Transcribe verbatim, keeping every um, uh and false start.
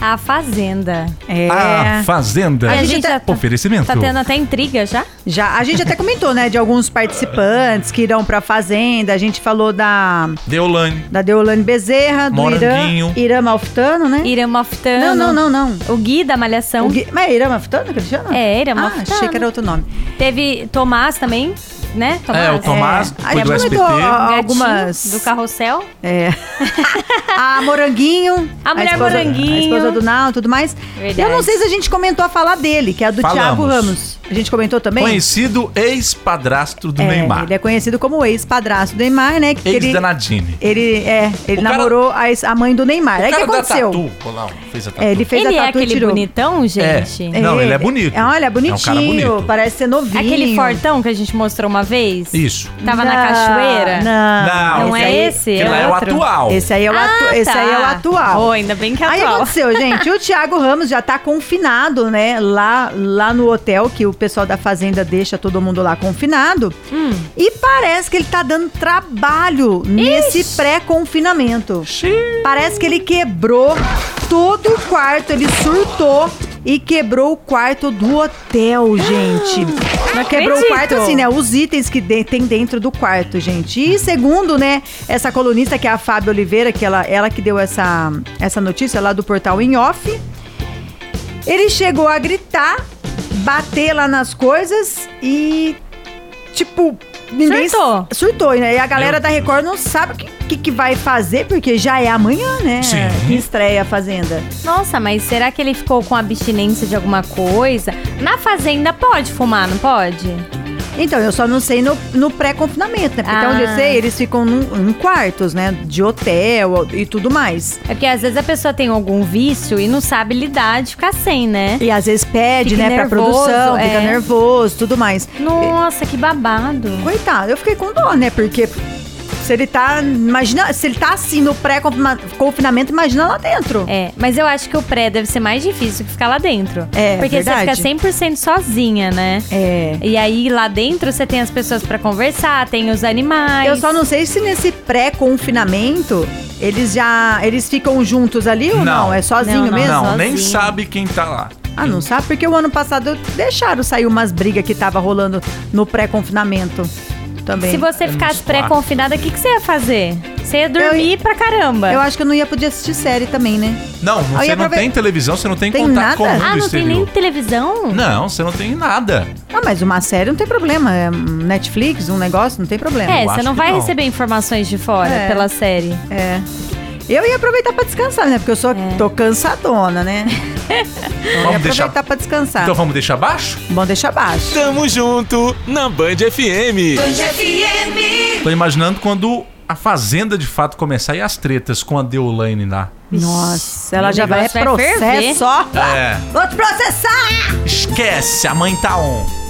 A Fazenda. É. A Fazenda. A gente tá- tá, Oferecimento. tá tendo até intriga já? Já, a gente até comentou, né, de alguns participantes que irão pra Fazenda. A gente falou da, Deolane. da Deolane Bezerra, do Irã, Moranguinho. Irã Malfitano, né? Irã Malfitano. Não, não, não, não. O Gui da Malhação. O Gui- Mas é Irã Malfitano que ele chama? É, Irã Ah, Malfitano. achei que era outro nome. Teve Tomás também, né? Tomás. É, o Tomás, É. foi Aí do S B T. comentou, ó, Gatinho algumas... do Carrossel. É. A Moranguinho. A mulher esposa, Moranguinho. A esposa do Nau e tudo mais. Verdade. Eu não sei se a gente comentou a fala dele, que é a do Falamos. Thiago Ramos. A gente comentou também? Conhecido ex-padrasto do É, Neymar. ele é conhecido como ex-padrasto do Neymar, né? Que Ex ele, da Nadine. ele, é, ele O cara- namorou a, ex- a mãe do Neymar. O Aí o que cara da aconteceu? tatu. Olha lá, fez a tatu. É, ele fez Ele a é tatu e aquele tirou. bonitão, gente? É. Não, ele é bonito. É, olha, É um bonitinho, cara bonito. parece ser novinho. Aquele fortão que a gente mostrou uma vez? Isso. Tava na Não, cachoeira? Não, Não esse é aí- esse? Aquele É lá é o outro? atual. Esse aí é o, Ah, atu- esse tá. aí é o atual. Oh, ainda bem que é Aí atual. aconteceu, gente, o Thiago Ramos já tá confinado, né, lá, lá no hotel, que o pessoal da Fazenda deixa todo mundo lá confinado. Hum. E parece que ele tá dando trabalho nesse pré-confinamento. Parece que ele quebrou todo o quarto, ele surtou e quebrou o quarto do hotel, gente. Não Quebrou o acredito. quarto assim, né? Os itens que de- tem dentro do quarto, gente. E segundo, né, essa colunista que é a Fábio Oliveira, que ela, ela que deu essa, essa notícia lá do portal Em Off, ele chegou a gritar, bater lá nas coisas e, tipo, ninguém... Surtou. Surtou, né? E a galera Meu da Record não sabe o que, que, que vai fazer, porque já é amanhã, né? Sim. Que estreia a Fazenda. Nossa, mas será que ele ficou com abstinência de alguma coisa? Na Fazenda pode fumar, não pode? Então, eu só não sei no, no pré-confinamento, né? Porque até Ah. onde eu sei, eles ficam num- em quartos, né? De hotel e tudo mais. É porque às vezes a pessoa tem algum vício e não sabe lidar de ficar sem, né? E às vezes pede, Fica né, pra nervoso, produção, fica é. nervoso, tudo mais. Nossa, que babado. Coitado, eu fiquei com dó, né? Porque se ele tá. Imagina, se ele tá assim no pré-confinamento, imagina lá dentro. É, mas eu acho que o pré deve ser mais difícil que ficar lá dentro. É, Porque verdade. você fica cem por cento sozinha, né? É. E aí lá dentro você tem as pessoas pra conversar, tem os animais. Eu só não sei se nesse pré-confinamento eles já. Eles ficam juntos ali ou não? Não. É sozinho Não, não. mesmo? Não, nem sozinho. sabe quem tá lá. Ah, não sabe? Porque o ano passado deixaram sair umas brigas que tava rolando no pré-confinamento também. Se você É nos ficasse quartos. pré-confinada, o que, que você ia fazer? Você ia dormir pra caramba. Eu acho que eu não ia poder assistir série também, né? Não, Eu você ia não aprove- tem televisão, você não tem, Tem contato nada? com o mundo Ah, não tem nem exterior. televisão? Não, você não tem nada. Ah, mas uma série não tem problema. É um Netflix, um negócio, não tem problema. É, eu você acho não que vai não. receber informações de fora É. pela série. É. Eu ia aproveitar pra descansar, né? Porque eu sou, É. tô cansadona, né? Eu ia Vamos deixar. aproveitar pra descansar. Então vamos deixar baixo? Bom, deixa abaixo. Tamo junto na Band F M. Tô imaginando quando a Fazenda de fato começar e as tretas com a Deolane lá. Nossa, ela o já vai, é negócio vai ferver. processo, ó. É. Vou te processar! Esquece, a mãe tá on.